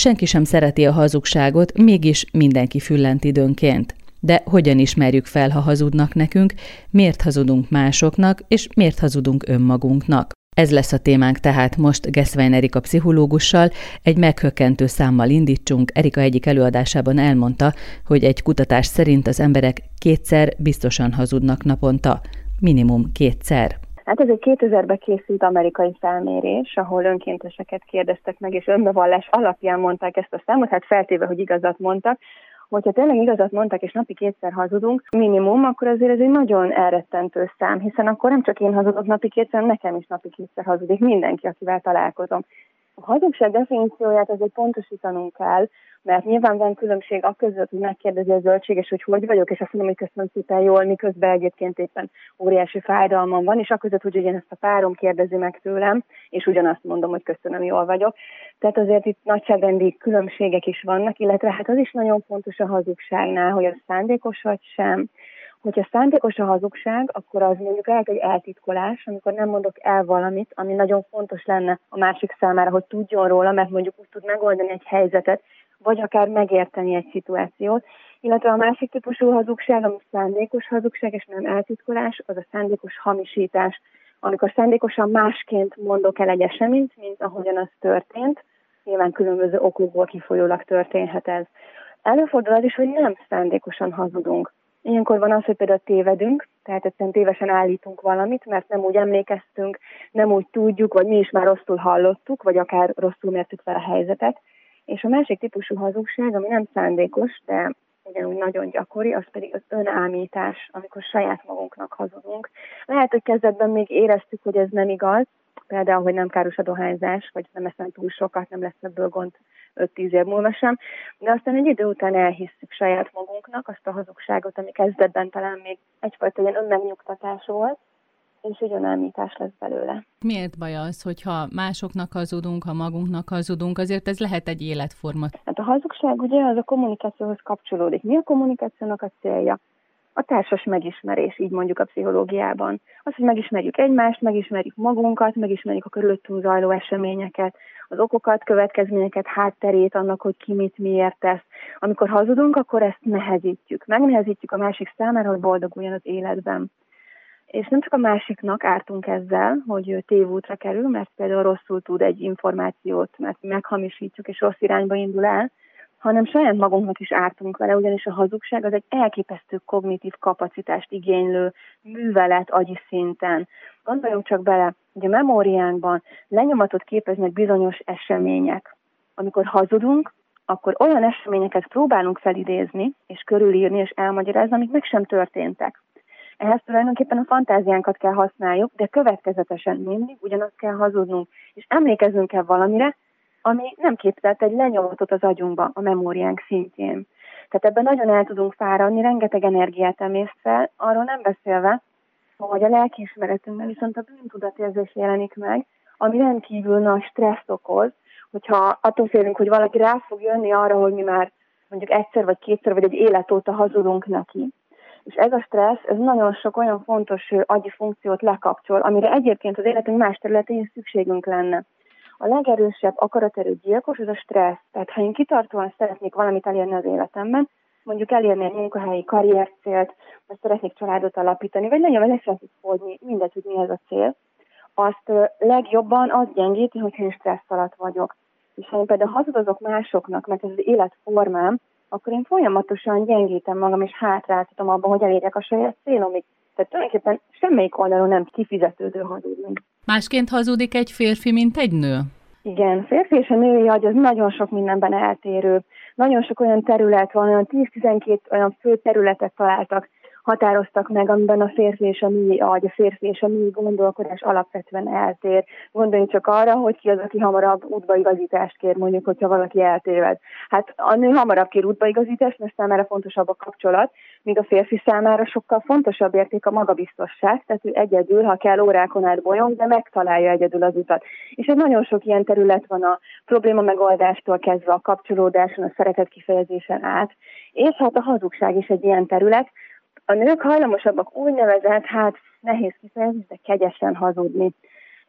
Senki sem szereti a hazugságot, mégis mindenki füllent időnként. De hogyan ismerjük fel, ha hazudnak nekünk, miért hazudunk másoknak, és miért hazudunk önmagunknak? Ez lesz a témánk tehát most Geszwein Erika pszichológussal, egy meghökkentő számmal indítsunk. Erika egyik előadásában elmondta, hogy egy kutatás szerint az emberek 2-szer biztosan hazudnak naponta, minimum 2-szer. Hát ez egy 2000-ben készült amerikai felmérés, ahol önkénteseket kérdeztek meg, és önbevallás alapján mondták ezt a számot, hát feltéve, hogy igazat mondtak. Hogyha tényleg igazat mondtak, és napi 2-szer hazudunk, minimum, akkor azért ez egy nagyon elrettentő szám, hiszen akkor nem csak én hazudok napi 2-szer, nekem is napi 2-szer hazudik mindenki, akivel találkozom. A hazugság definícióját azért pontosítanunk kell, mert nyilván van különbség között, hogy megkérdezi a zöldséges, hogy vagyok, és azt mondom, hogy köszönöm szépen jól, miközben egyébként éppen óriási fájdalmam van, és között, hogy ugyanezt a párom kérdezi meg tőlem, és ugyanazt mondom, hogy köszönöm, jól vagyok. Tehát azért itt nagyságrendi különbségek is vannak, illetve hát az is nagyon fontos a hazugságnál, hogy az szándékos vagy sem. Hogyha szándékos a hazugság, akkor az mondjuk lehet egy eltitkolás, amikor nem mondok el valamit, ami nagyon fontos lenne a másik számára, hogy tudjon róla, mert mondjuk úgy tud megoldani egy helyzetet, vagy akár megérteni egy szituációt. Illetve a másik típusú hazugság, ami szándékos hazugság, és nem eltitkolás, az a szándékos hamisítás, amikor szándékosan másként mondok el egy eseményt, mint ahogyan az történt. Nyilván különböző okokból kifolyólag történhet ez. Előfordul az is, hogy nem szándékosan hazudunk. Ilyenkor van az, hogy például tévedünk, tehát egyszerűen tévesen állítunk valamit, mert nem úgy emlékeztünk, nem úgy tudjuk, vagy mi is már rosszul hallottuk, vagy akár rosszul mértük fel a helyzetet. És a másik típusú hazugság, ami nem szándékos, de ugyanúgy nagyon gyakori, az pedig az önámítás, amikor saját magunknak hazudunk. Lehet, hogy kezdetben még éreztük, hogy ez nem igaz, például, hogy nem káros a dohányzás, vagy nem eszem túl sokat, nem lesz ebből gond 5-10 év múlva sem, de aztán egy idő után elhisszük saját magunknak azt a hazugságot, ami kezdetben talán még egyfajta ilyen önmegnyugtatás volt, és egy önállítás lesz belőle. Miért baj az, hogyha másoknak hazudunk, ha magunknak hazudunk, azért ez lehet egy életforma? Hát a hazugság ugye az a kommunikációhoz kapcsolódik. Mi a kommunikációnak a célja? A társas megismerés, így mondjuk a pszichológiában. Az, hogy megismerjük egymást, megismerjük magunkat, megismerjük a körülöttünk zajló eseményeket, az okokat, következményeket, hátterét annak, hogy ki mit miért tesz. Amikor hazudunk, akkor ezt nehezítjük. Megnehezítjük a másik számára, hogy boldoguljon az életben. És nem csak a másiknak ártunk ezzel, hogy ő tévútra kerül, mert például rosszul tud egy információt, mert meghamisítjuk és rossz irányba indul el, hanem saját magunknak is ártunk vele, ugyanis a hazugság az egy elképesztő kognitív kapacitást igénylő művelet agyi szinten. Gondoljunk csak bele, hogy a memóriánkban lenyomatot képeznek bizonyos események. Amikor hazudunk, akkor olyan eseményeket próbálunk felidézni, és körülírni, és elmagyarázni, amik meg sem történtek. Ehhez tulajdonképpen a fantáziánkat kell használjuk, de következetesen mindig ugyanazt kell hazudnunk, és emlékeznünk kell valamire, ami nem képzelt egy lenyomatot az agyunkba, a memóriánk szintjén. Tehát ebben nagyon el tudunk fáradni, rengeteg energiát emészt fel, arról nem beszélve, hogy a lelkiismeretünkben viszont a bűntudatérzés jelenik meg, ami rendkívül nagy stresszt okoz, hogyha attól félünk, hogy valaki rá fog jönni arra, hogy mi már mondjuk 1-szer vagy 2-szer vagy egy élet óta hazudunk neki. És ez a stressz, ez nagyon sok olyan fontos agyi funkciót lekapcsol, amire egyébként az életünk más területén szükségünk lenne. A legerősebb akaraterő gyilkos az a stressz. Tehát ha én kitartóan szeretnék valamit elérni az életemben, mondjuk elérni egy munkahelyi karriercélt, vagy szeretnék családot alapítani, vagy nagyon le szeretnék fogyni, mindegy, hogy mi ez a cél, azt legjobban az gyengíti, hogyha én stressz alatt vagyok. És ha én például hazudozok másoknak, mert ez az életformám, akkor én folyamatosan gyengítem magam, és hátráltatom abban, hogy elérjek a saját célomig. Tehát tulajdonképpen semmelyik oldalon nem kifizetődő hazudni. Másként hazudik egy férfi, mint egy nő? Igen, férfi és a női agy az nagyon sok mindenben eltérő. Nagyon sok olyan terület van, olyan 10-12 olyan fő területet találtak, határoztak meg, amiben a férfi és a női agy, a férfi és a női gondolkodás alapvetően eltér. Gondoljunk csak arra, hogy ki az, aki hamarabb útbaigazítást kér, mondjuk, hogyha valaki eltéved. Hát a nő hamarabb kér útbaigazítást, mert számára fontosabb a kapcsolat, míg a férfi számára sokkal fontosabb érték a magabiztosság, tehát ő egyedül, ha kell órákon át bolyong, de megtalálja egyedül az utat. És egy nagyon sok ilyen terület van a probléma megoldástól kezdve a kapcsolódáson, a szeretet kifejezésen át, és hát a hazugság is egy ilyen terület. A nők hajlamosabbak úgynevezett, nehéz kifejezni, de kegyesen hazudni.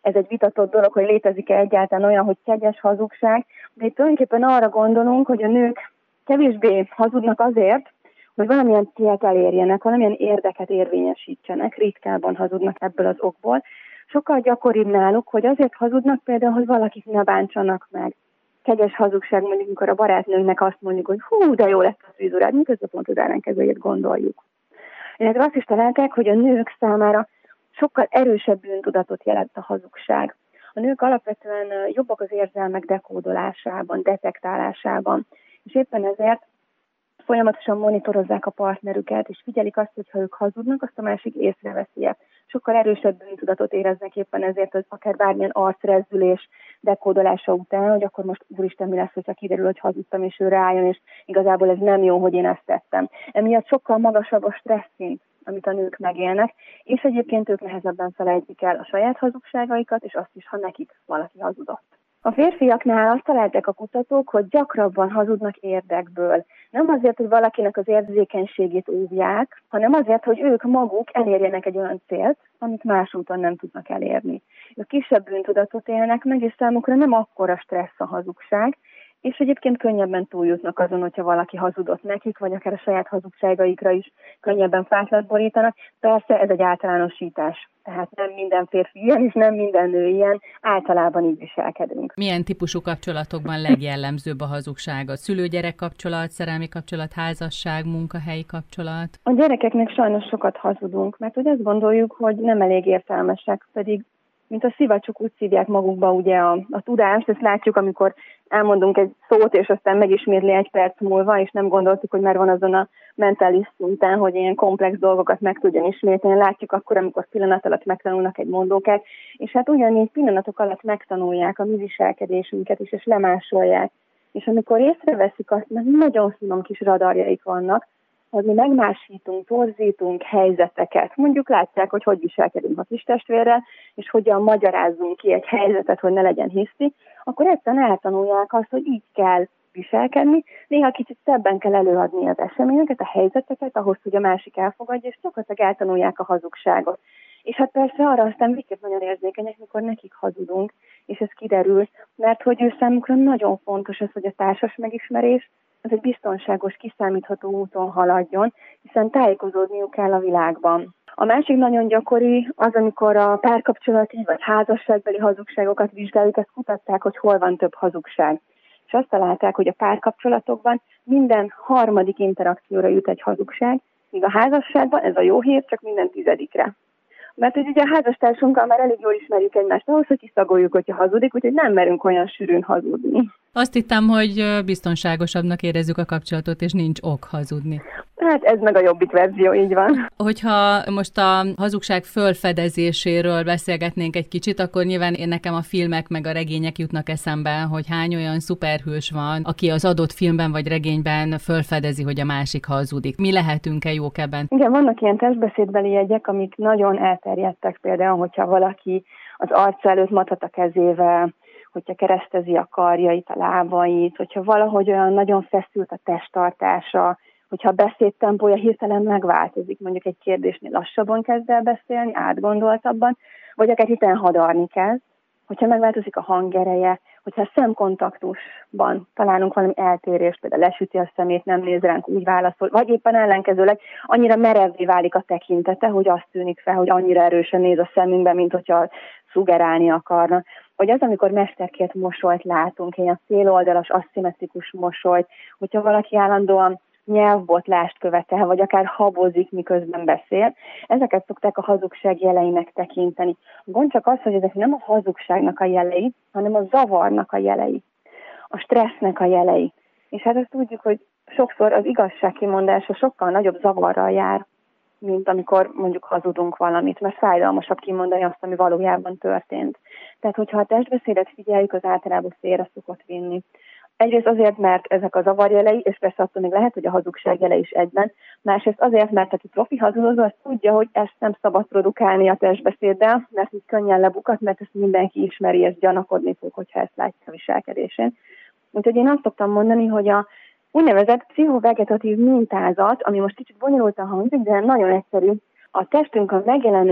ez egy vitatott dolog, hogy létezik-e egyáltalán olyan, hogy kegyes hazugság, de itt tulajdonképpen arra gondolunk, hogy a nők kevésbé hazudnak azért, hogy valamilyen célt elérjenek, valamilyen érdeket érvényesítsenek, ritkában hazudnak ebből az okból. Sokkal gyakoribb náluk, hogy azért hazudnak például, hogy valakit ne bántsanak meg. Kegyes hazugság mondjuk, amikor a barátnőnknek azt mondjuk, hogy hú, de jó lett a frízurád, miközben pont az ellenkezőjét gondoljuk. Illetve azt is találták, hogy a nők számára sokkal erősebb bűntudatot jelent a hazugság. A nők alapvetően jobbak az érzelmek dekódolásában, detektálásában, és éppen ezért folyamatosan monitorozzák a partnerüket, és figyelik azt, hogy ha ők hazudnak, azt a másik észreveszi. Sokkal erősebb bűntudatot éreznek éppen ezért, hogy akár bármilyen arcrezdülés dekódolása után, hogy akkor most úristen mi lesz, hogyha kiderül, hogy hazudtam, és ő rájön, és igazából ez nem jó, hogy én ezt tettem. Emiatt sokkal magasabb a stresszint, amit a nők megélnek, és egyébként ők nehezebben felejtik el a saját hazugságaikat, és azt is, ha nekik valaki hazudott. A férfiaknál azt találták a kutatók, hogy gyakrabban hazudnak érdekből. Nem azért, hogy valakinek az érzékenységét óvják, hanem azért, hogy ők maguk elérjenek egy olyan célt, amit más úton nem tudnak elérni. Ők kisebb bűntudatot élnek meg, és számukra nem akkora stressz a hazugság, és egyébként könnyebben túljutnak azon, hogyha valaki hazudott nekik, vagy akár a saját hazugságaikra is könnyebben fáklat borítanak. Persze ez egy általánosítás, tehát nem minden férfi ilyen, és nem minden nő ilyen, általában így viselkedünk. Milyen típusú kapcsolatokban legjellemzőbb a hazugság? A szülő-gyerek kapcsolat, szerelmi kapcsolat, házasság, munkahelyi kapcsolat? A gyerekeknek sajnos sokat hazudunk, mert hogy azt gondoljuk, hogy nem elég értelmesek, pedig mint a szivacsok úgy szívják magukba ugye a tudást, ezt látjuk, amikor elmondunk egy szót, és aztán megismétli egy perc múlva, és nem gondoltuk, hogy már van azon a mentális szinten, hogy ilyen komplex dolgokat meg tudjon ismételni. Látjuk akkor, amikor pillanat alatt megtanulnak egy mondókát, és hát ugyanígy pillanatok alatt megtanulják a mi viselkedésünket is, és lemásolják. És amikor észreveszik azt, mert nagyon finom kis radarjaik vannak, hogy mi megmásítunk, torzítunk helyzeteket. Mondjuk látják, hogy viselkedünk a kistestvérrel, és hogyan magyarázzunk ki egy helyzetet, hogy ne legyen hiszti, akkor egyszerűen eltanulják azt, hogy így kell viselkedni, néha kicsit szebben kell előadni az eseményeket, a helyzeteket, ahhoz, hogy a másik elfogadja, és gyakorlatilag eltanulják a hazugságot. És hát persze arra aztán végképp nagyon érzékenyek, mikor nekik hazudunk, és ez kiderül, mert hogy ő számukra nagyon fontos az, hogy a társas megismerés, ez egy biztonságos, kiszámítható úton haladjon, hiszen tájékozódniuk kell a világban. A másik nagyon gyakori az, amikor a párkapcsolati vagy házasságbeli hazugságokat vizsgáljuk, ezt kutatták, hogy hol van több hazugság. És azt találták, hogy a párkapcsolatokban minden harmadik interakcióra jut egy hazugság, míg a házasságban, ez a jó hír, csak minden 10-re. Mert hogy ugye a házastársunkkal már elég jól ismerjük egymást ahhoz, hogy kiszagoljuk, hogyha hazudik, úgyhogy nem merünk olyan sűrűn hazudni. Azt hittem, hogy biztonságosabbnak érezzük a kapcsolatot, és nincs ok hazudni. Hát ez meg a jobbik verzió, így van. Hogyha most a hazugság fölfedezéséről beszélgetnénk egy kicsit, akkor nyilván nekem a filmek meg a regények jutnak eszembe, hogy hány olyan szuperhős van, aki az adott filmben vagy regényben fölfedezi, hogy a másik hazudik. Mi lehetünk-e jók ebben? Igen, vannak ilyen testbeszédbeli jegyek, amik nagyon elterjedtek, például, hogyha valaki az arca előtt matat a kezével, hogyha keresztezi a karjait, a lábait, hogyha valahogy olyan nagyon feszült a testtartása, hogyha a beszédtempója hirtelen megváltozik, mondjuk egy kérdésnél lassabban kezd el beszélni, átgondoltabban, vagy akár hirtelen hadarni kezd, hogyha megváltozik a hangereje, hogyha szemkontaktusban találunk valami eltérést, például lesüti a szemét, nem néz ránk, úgy válaszol, vagy éppen ellenkezőleg annyira merevvé válik a tekintete, hogy azt tűnik fel, hogy annyira erősen néz a szemünkbe, mint hogyha szugerálni akarna. Vagy az, amikor mesterkélt mosolyt látunk, ilyen féloldalas, aszimmetrikus mosolyt, hogyha valaki állandóan nyelvbotlást követel, vagy akár habozik, miközben beszél. Ezeket szokták a hazugság jeleinek tekinteni. A gond csak az, hogy ezek nem a hazugságnak a jelei, hanem a zavarnak a jelei, a stressznek a jelei. És hát azt tudjuk, hogy sokszor az igazság kimondása sokkal nagyobb zavarral jár, mint amikor mondjuk hazudunk valamit, mert fájdalmasabb kimondani azt, ami valójában történt. Tehát, hogyha a testbeszédet figyeljük, az általában félre szokott vinni. Egyrészt azért, mert ezek a zavarjelei, és persze attól még lehet, hogy a hazugság jele is egyben. Másrészt azért, mert aki profi hazudozó, az tudja, hogy ezt nem szabad produkálni a testbeszéddel, mert így könnyen lebukat, mert ezt mindenki ismeri, és gyanakodni fog, hogyha ezt látja a viselkedésén. Úgyhogy én azt szoktam mondani, hogy a úgynevezett pszichovegetatív mintázat, ami most kicsit bonyolultan hangzik, de nagyon egyszerű, a testünkön megjelenő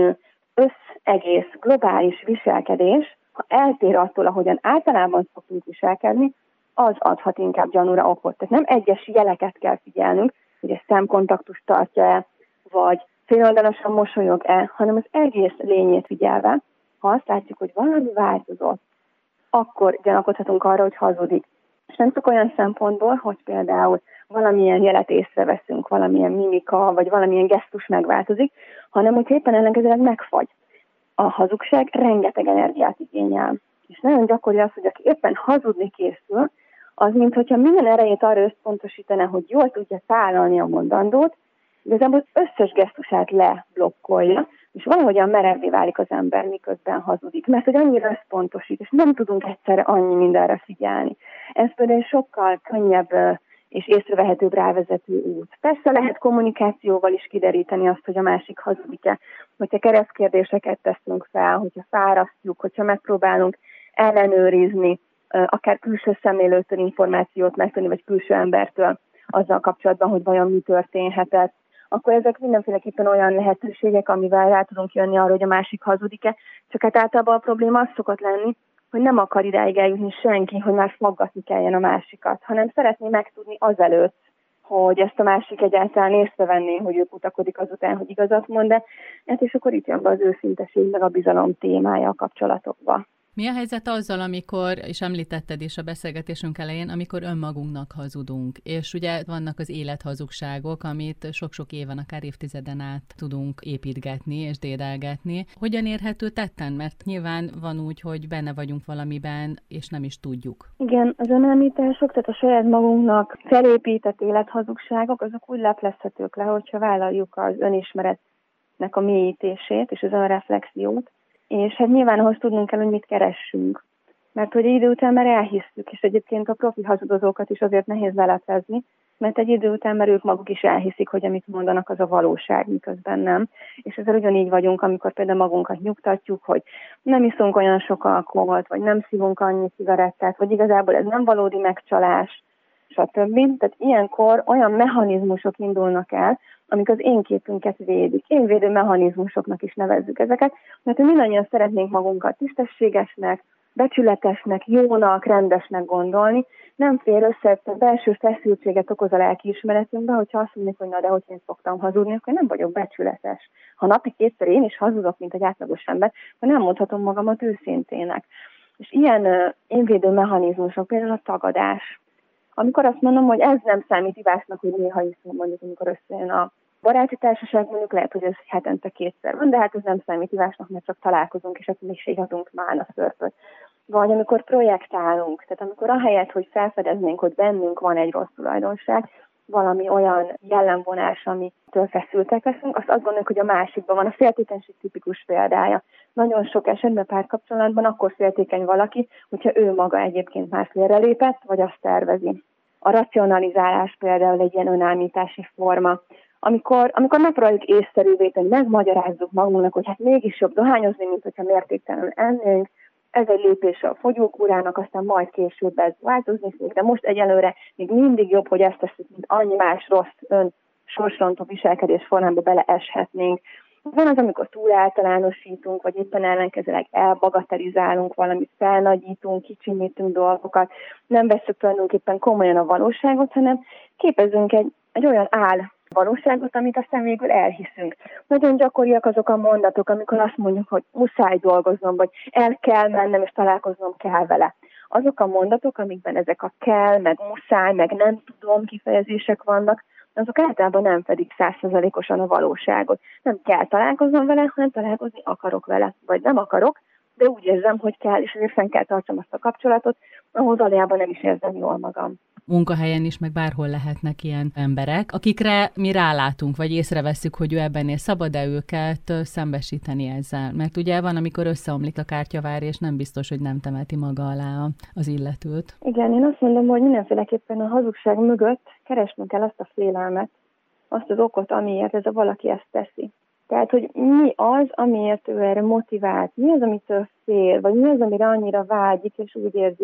egész globális viselkedés, ha eltér attól, ahogyan általában szoktunk viselkedni, az adhat inkább gyanúra okot. Tehát nem egyes jeleket kell figyelnünk, hogy a szemkontaktust tartja-e, vagy féloldalasan mosolyog-e, hanem az egész lényét figyelve, ha azt látjuk, hogy valami változott, akkor gyanakodhatunk arra, hogy hazudik. És nem csak olyan szempontból, hogy például valamilyen jelet észreveszünk, valamilyen mimika, vagy valamilyen gesztus megváltozik, hanem hogy éppen ellenkezőleg megfagy. A hazugság rengeteg energiát igényel. És nagyon gyakori az, hogy aki éppen hazudni készül, az mintha minden erejét arra összpontosítana, hogy jól tudja tálalni a mondandót, igazából az összes gesztusát leblokkolja, és valahogyan merevvé válik az ember, miközben hazudik, mert hogy annyira összpontosít, és nem tudunk egyszerre annyi mindenre figyelni. Ez például sokkal könnyebb és észrevehetőbb rávezető út. Persze lehet kommunikációval is kideríteni azt, hogy a másik hazudik-e, hogyha keresztkérdéseket teszünk fel, hogyha fárasztjuk, hogyha megpróbálunk ellenőrizni, akár külső szemlélőtől információt megtenni, vagy külső embertől azzal kapcsolatban, hogy vajon mi történhetett, akkor ezek mindenféleképpen olyan lehetőségek, amivel rá tudunk jönni arra, hogy a másik hazudik-e. Csak hát általában a probléma az szokott lenni, hogy nem akar idáig eljutni senki, hogy már faggatni kelljen a másikat, hanem szeretné megtudni azelőtt, hogy ezt a másik egyáltalán észrevenné, hogy ő kutakodik azután, hogy igazat mond, de hát és akkor itt jön be az őszinteség, meg a bizalom témája a kapcsolatokba. Mi a helyzet azzal, amikor, és említetted is a beszélgetésünk elején, amikor önmagunknak hazudunk, és ugye vannak az élethazugságok, amit sok-sok éven, akár évtizeden át tudunk építgetni és dédelgetni. Hogyan érhető tetten? Mert nyilván van úgy, hogy benne vagyunk valamiben, és nem is tudjuk. Igen, az önállítások, tehát a saját magunknak felépített élethazugságok, azok úgy leplezhetők le, hogyha vállaljuk az önismeretnek a mélyítését és az önreflexiót, és hát nyilván ahhoz tudnunk kell, hogy mit keressünk. Mert hogy egy idő után már elhisszük, és egyébként a profi hazudozókat is azért nehéz leleplezni, mert egy idő után már ők maguk is elhiszik, hogy amit mondanak, az a valóság, miközben nem. És ezzel ugyanígy vagyunk, amikor például magunkat nyugtatjuk, hogy nem iszunk olyan sok alkoholt, vagy nem szívunk annyi cigarettát, vagy igazából ez nem valódi megcsalás, stb. Tehát ilyenkor olyan mechanizmusok indulnak el, amik az én képünket védik. Énvédő mechanizmusoknak is nevezzük ezeket, mert mi mindannyian szeretnénk magunkat tisztességesnek, becsületesnek, jónak, rendesnek gondolni. Nem fér össze, a belső feszültséget okoz a lelkiismeretünkben, hogyha azt mondjuk, hogy na de hogy én szoktam hazudni, akkor nem vagyok becsületes. Ha napi kétszer én is hazudok, mint egy átlagos ember, akkor nem mondhatom magamat őszintének. És ilyen énvédő mechanizmusok, például a tagadás. Amikor azt mondom, hogy ez nem számít ivásnak, hogy néha iszom, mondjuk, amikor összejön a baráti társaság, mondjuk lehet, hogy ez hetente kétszer van, de hát ez nem számít ivásnak, mert csak találkozunk, és akkor még írhatunk mána szörpöt. Vagy amikor projektálunk, tehát amikor ahelyett, hogy felfedeznénk, hogy bennünk van egy rossz tulajdonság, valami olyan jellemvonás, amitől feszültek leszünk, azt gondoljuk, hogy a másikban van. A féltékenység tipikus példája. Nagyon sok esetben párkapcsolatban akkor féltékeny valaki, hogyha ő maga egyébként már félrelépett, vagy azt tervezi. A racionalizálás például egy ilyen önállítási forma. Amikor megpróbáljuk észszerűvé tenni, megmagyarázzuk magunknak, hogy hát mégis jobb dohányozni, mint hogyha mértéktelenül ennénk, ez egy lépés a fogyókúrának, aztán majd később ez változni fog, de most egyelőre még mindig jobb, hogy ezt tesszük, mint annyi más rossz sorsrontó viselkedés formába beleeshetnénk. Van az, amikor túl általánosítunk, vagy éppen ellenkezőleg elbagatelizálunk valamit, felnagyítunk, kicsinyítünk dolgokat, nem veszük tulajdonképpen komolyan a valóságot, hanem képezünk egy olyan valóságot, amit aztán végül elhiszünk. Nagyon gyakoriak azok a mondatok, amikor azt mondjuk, hogy muszáj dolgoznom, vagy el kell mennem, és találkoznom kell vele. Azok a mondatok, amikben ezek a kell, meg muszáj, meg nem tudom kifejezések vannak, azok általában nem fedik 100%-osan a valóságot. Nem kell találkoznom vele, hanem találkozni akarok vele, vagy nem akarok, de úgy érzem, hogy kell, és ezért fenn kell tartsam azt a kapcsolatot, ahol valójában nem is érzem jól magam. Munkahelyen is, meg bárhol lehetnek ilyen emberek, akikre mi rálátunk, vagy észrevesszük, hogy ő ebben él. Szabad-e őket szembesíteni ezzel? Mert ugye van, amikor összeomlik a kártyavár, és nem biztos, hogy nem temeti maga alá az illetőt. Igen, én azt mondom, hogy mindenféleképpen a hazugság mögött keresnünk kell azt a félelmet, azt az okot, amiért ez a valaki ezt teszi. Tehát, hogy mi az, amiért ő erre motivált, mi az, amitől fél, vagy mi az, amire annyira vágyik, és úgy érzi,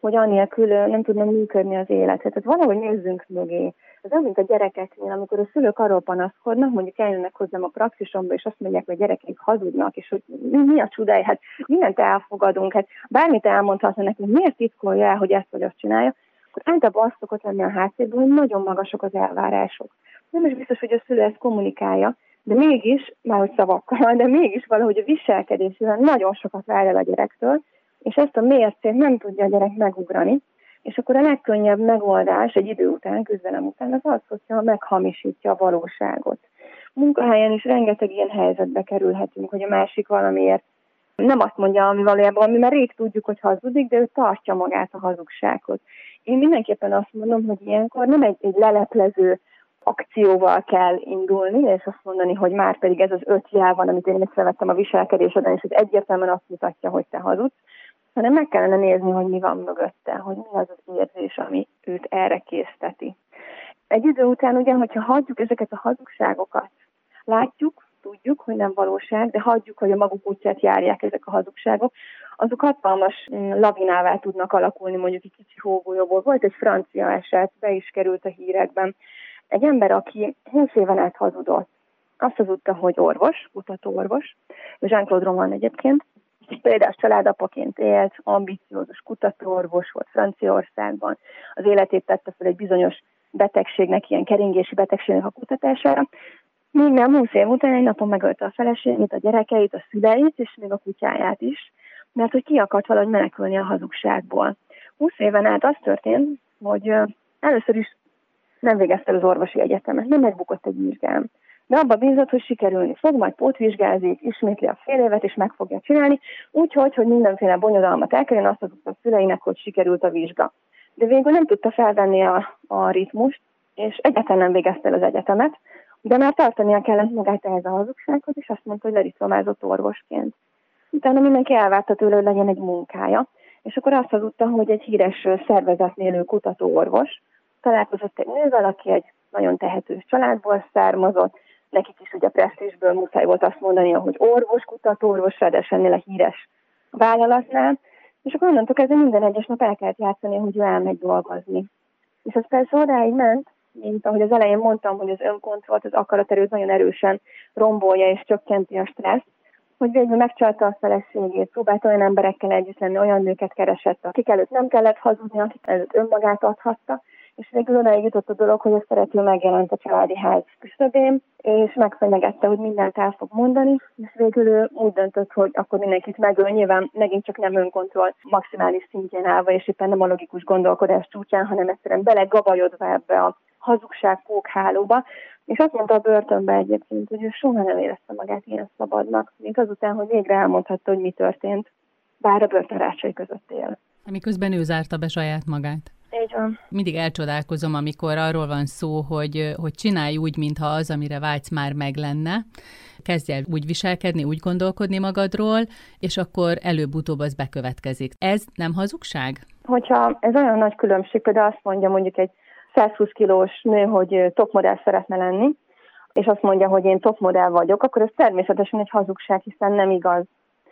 hogy annélkül nem tudna működni az élet. Tehát valahogy nézzünk mögé. Ez olyan, mint a gyerekeknél, amikor a szülők arról panaszkodnak, mondjuk eljönnek hozzám a praxisomba, és azt mondják, hogy a gyerekeink hazudnak, és hogy mi a csodája, hát mindent elfogadunk, hát bármit elmondhatna nekünk, miért titkolja el, hogy ezt vagy azt csinálja, akkor általában azt szokott lenni a háttérben, hogy nagyon magasok az elvárások. Nem is biztos, hogy a szülő ezt kommunikálja, de mégis, márhogy szavakkal, de mégis valahogy a viselkedésével nagyon sokat vár el a gyerektől, és ezt a mércét nem tudja a gyerek megugrani, és akkor a legkönnyebb megoldás egy idő után, küzdelem után az, hogyha meghamisítja a valóságot. Munkahelyen is rengeteg ilyen helyzetbe kerülhetünk, hogy a másik valamiért nem azt mondja, ami valójában, mi már rég tudjuk, hogy hazudik, de ő tartja magát a hazugságot. Én mindenképpen azt mondom, hogy ilyenkor nem egy leleplező akcióval kell indulni, és azt mondani, hogy már pedig ez az 5 jel van, amit én észrevettem a viselkedéseden, és ez egyértelműen azt mutatja, hogy te hazudsz, hanem meg kellene nézni, hogy mi van mögötte, hogy mi az az érzés, ami őt erre készteti. Egy idő után ugye, hogyha hagyjuk ezeket a hazugságokat, látjuk, tudjuk, hogy nem valóság, de hagyjuk, hogy a maguk útját járják ezek a hazugságok, azok hatalmas lavinává tudnak alakulni, mondjuk egy kicsi hógolyóból. Volt egy francia eset, be is került a hírekben. Egy ember, aki 20 éven át hazudott, azt hazudta, hogy orvos, kutatóorvos, Jean-Claude Roman egyébként, például családapaként élt, ambiciózus kutatóorvos volt Franciaországban, az életét tette fel egy bizonyos betegségnek, ilyen keringési betegségnek a kutatására, míg nem 20 év után egy napon megölte a feleségét, a gyerekeit, a szüleit, és még a kutyáját is, mert hogy ki akart valahogy menekülni a hazugságból. 20 éven át az történt, hogy először is nem végezte el az orvosi egyetemet, nem megbukott egy vizsgán. De abba bízott, hogy sikerülni fog, majd pótvizsgázik, ismétli a fél évet, és meg fogja csinálni, úgyhogy, hogy mindenféle bonyodalmat elkerüljön, azt adott a szüleinek, hogy sikerült a vizsga. De végül nem tudta felvenni a ritmust, és egyáltalán nem végezte el az egyetemet, de már tartania kellett magát ehhez a hazugsághoz, és azt mondta, hogy lediplomázott orvosként. Utána mindenki elvárta tőle, hogy legyen egy munkája, és akkor azt hazudta, hogy egy híres szervezetnél ő kutatóorvos, találkozott egy nővel, aki egy nagyon tehetős családból származott, nekik is ugye presztízsből muszáj volt azt mondania, hogy orvos, kutatóorvos, ráadásul ennél a híres vállalatnál, és akkor onnantól kezdve minden egyes nap el kellett játszani, hogy ő elmegy dolgozni. És az persze odáig ment, mint ahogy az elején mondtam, hogy az önkontrollt, az akaraterőt nagyon erősen rombolja és csökkenti a stresszt, hogy végül megcsalta a feleségét, próbált olyan emberekkel együtt lenni, olyan nőket keresett, akik előtt nem kellett hazudni, akik előtt önmagát adhatta, és végül odáig jutott a dolog, hogy a szerető megjelent a családi ház küszöbén, és megfenyegette, hogy mindent el fog mondani, és végül ő úgy döntött, hogy akkor mindenkit megöl, nyilván megint csak nem önkontroll maximális szintjén állva, és éppen nem a logikus gondolkodás csúcsán, hanem egyszerűen belegabajodva ebbe a hazugság pókhálóba, és azt mondta a börtönben egyébként, hogy ő soha nem érezte magát ilyen szabadnak, mint azután, hogy végre elmondhatta, hogy mi történt, bár a börtönrácsai között él. Miközben ő zárta be saját magát. Így van. Mindig elcsodálkozom, amikor arról van szó, hogy csinálj úgy, mintha az, amire vágysz, már meg lenne. Kezdj el úgy viselkedni, úgy gondolkodni magadról, és akkor előbb-utóbb az bekövetkezik. Ez nem hazugság? Hogyha ez olyan nagy különbség, például azt mondja mondjuk egy 120 kilós nő, hogy topmodell szeretne lenni, és azt mondja, hogy én topmodell vagyok, akkor ez természetesen egy hazugság, hiszen nem igaz.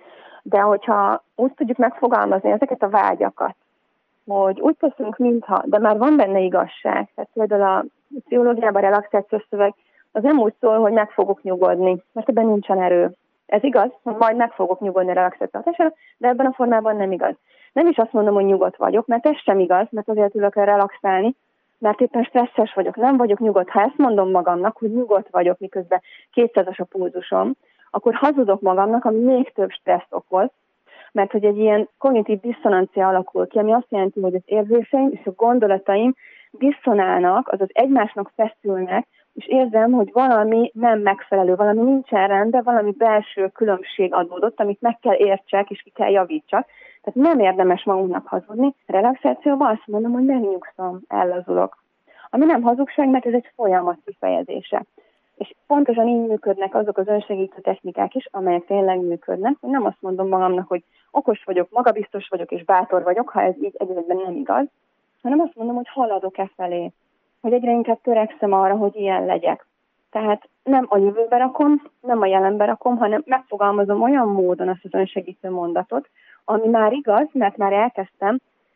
De hogyha úgy tudjuk megfogalmazni ezeket a vágyakat, hogy úgy teszünk, mintha, de már van benne igazság. Tehát például a pszichológiában a relaxációs szöveg az nem úgy szól, hogy meg fogok nyugodni, mert ebben nincsen erő. Ez igaz, hogy majd meg fogok nyugodni a relaxáció hatására, de ebben a formában nem igaz. Nem is azt mondom, hogy nyugodt vagyok, mert ez sem igaz, mert azért tudok relaxálni, mert éppen stresszes vagyok, nem vagyok nyugodt. Ha ezt mondom magamnak, hogy nyugodt vagyok, miközben 200-as a pulzusom, akkor hazudok magamnak, ami még több stresszt okoz, mert hogy egy ilyen kognitív diszonancia alakul ki, ami azt jelenti, hogy az érzéseim és a gondolataim diszonálnak, azaz egymásnak feszülnek, és érzem, hogy valami nem megfelelő, valami nincsen rendben, valami belső különbség adódott, amit meg kell értsek és ki kell javítsak. Tehát nem érdemes magunknak hazudni. Relaxációban azt mondom, hogy megnyugszom, ellazulok. Ami nem hazugság, mert ez egy folyamat kifejezése. És pontosan így működnek azok az önsegítő technikák is, amelyek tényleg működnek. Hogy nem azt mondom magamnak, hogy okos vagyok, magabiztos vagyok és bátor vagyok, ha ez így egyébként nem igaz, hanem azt mondom, hogy haladok felé, hogy egyre inkább törekszem arra, hogy ilyen legyek. Tehát nem a jövőbe rakom, nem a jelenbe rakom, hanem megfogalmazom olyan módon azt az önsegítő mondatot, ami már igaz, mert már elkezdtem,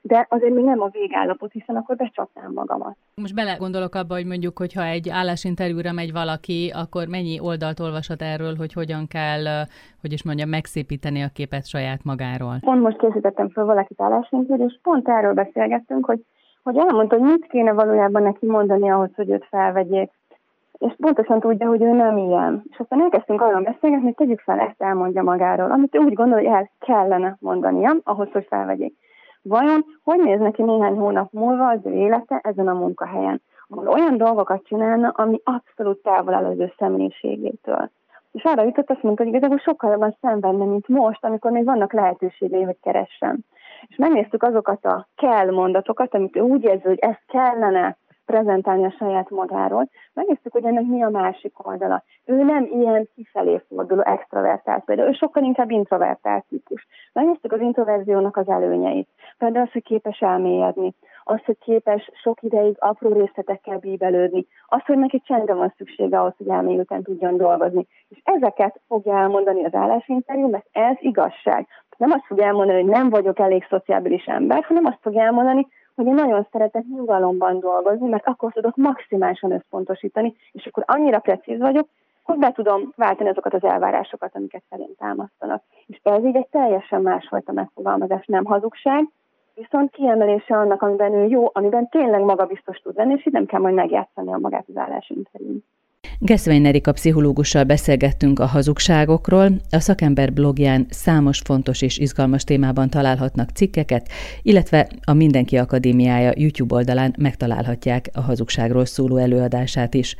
de azért még nem a végállapot, hiszen akkor becsapnám magamat. Most belegondolok abba, hogy mondjuk, hogyha egy állásinterjúra megy valaki, akkor mennyi oldalt olvashat erről, hogy hogyan kell, megszépíteni a képet saját magáról? Pont most készítettem fel valakit állásinterjúra, és pont erről beszélgettünk, hogy elmondta, hogy mit kéne valójában neki mondani ahhoz, hogy őt felvegyék. És pontosan tudja, hogy ő nem ilyen. És aztán elkezdtünk arról beszélgetni, hogy tegyük fel, ezt elmondja magáról, amit ő úgy gondol, hogy el kellene mondania ahhoz, hogy felvegyék. Vajon hogy néz neki néhány hónap múlva az ő élete ezen a munkahelyen, ahol olyan dolgokat csinálna, ami abszolút távol áll az ő személyiségétől. És arra jutott, azt mondta, hogy igazából sokkal jobban szenvedne, mint most, amikor még vannak lehetőségei, hogy keressen. És megnéztük azokat a kell mondatokat, amit ő úgy érzi, hogy ezt kellene prezentálni a saját magáról. Megnéztük, hogy ennek mi a másik oldala. Ő nem ilyen kifelé forduló extravertált, például ő sokkal inkább introvertált típus. Megnéztük az introverziónak az előnyeit. Például az, hogy képes elmélyedni, az, hogy képes sok ideig apró részletekkel bíbelődni, az, hogy neki csendre van szüksége ahhoz, hogy elmélyülten tudjon dolgozni. És ezeket fogja elmondani az állásinterjú, mert ez igazság. Nem azt fogja elmondani, hogy nem vagyok elég szociábilis ember, hanem azt fogja elmondani, hogy én nagyon szeretek nyugalomban dolgozni, mert akkor tudok maximálisan összpontosítani, és akkor annyira precíz vagyok, hogy be tudom váltani azokat az elvárásokat, amiket felém támasztanak. És ez így egy teljesen másfajta megfogalmazás, nem hazugság, viszont kiemelése annak, amiben ő jó, amiben tényleg magabiztos tud lenni, és így nem kell majd megjátszani a magát az állásinterjún. Geszvein Erika pszichológussal beszélgettünk a hazugságokról, a szakember blogján számos fontos és izgalmas témában találhatnak cikkeket, illetve a Mindenki Akadémiája YouTube oldalán megtalálhatják a hazugságról szóló előadását is.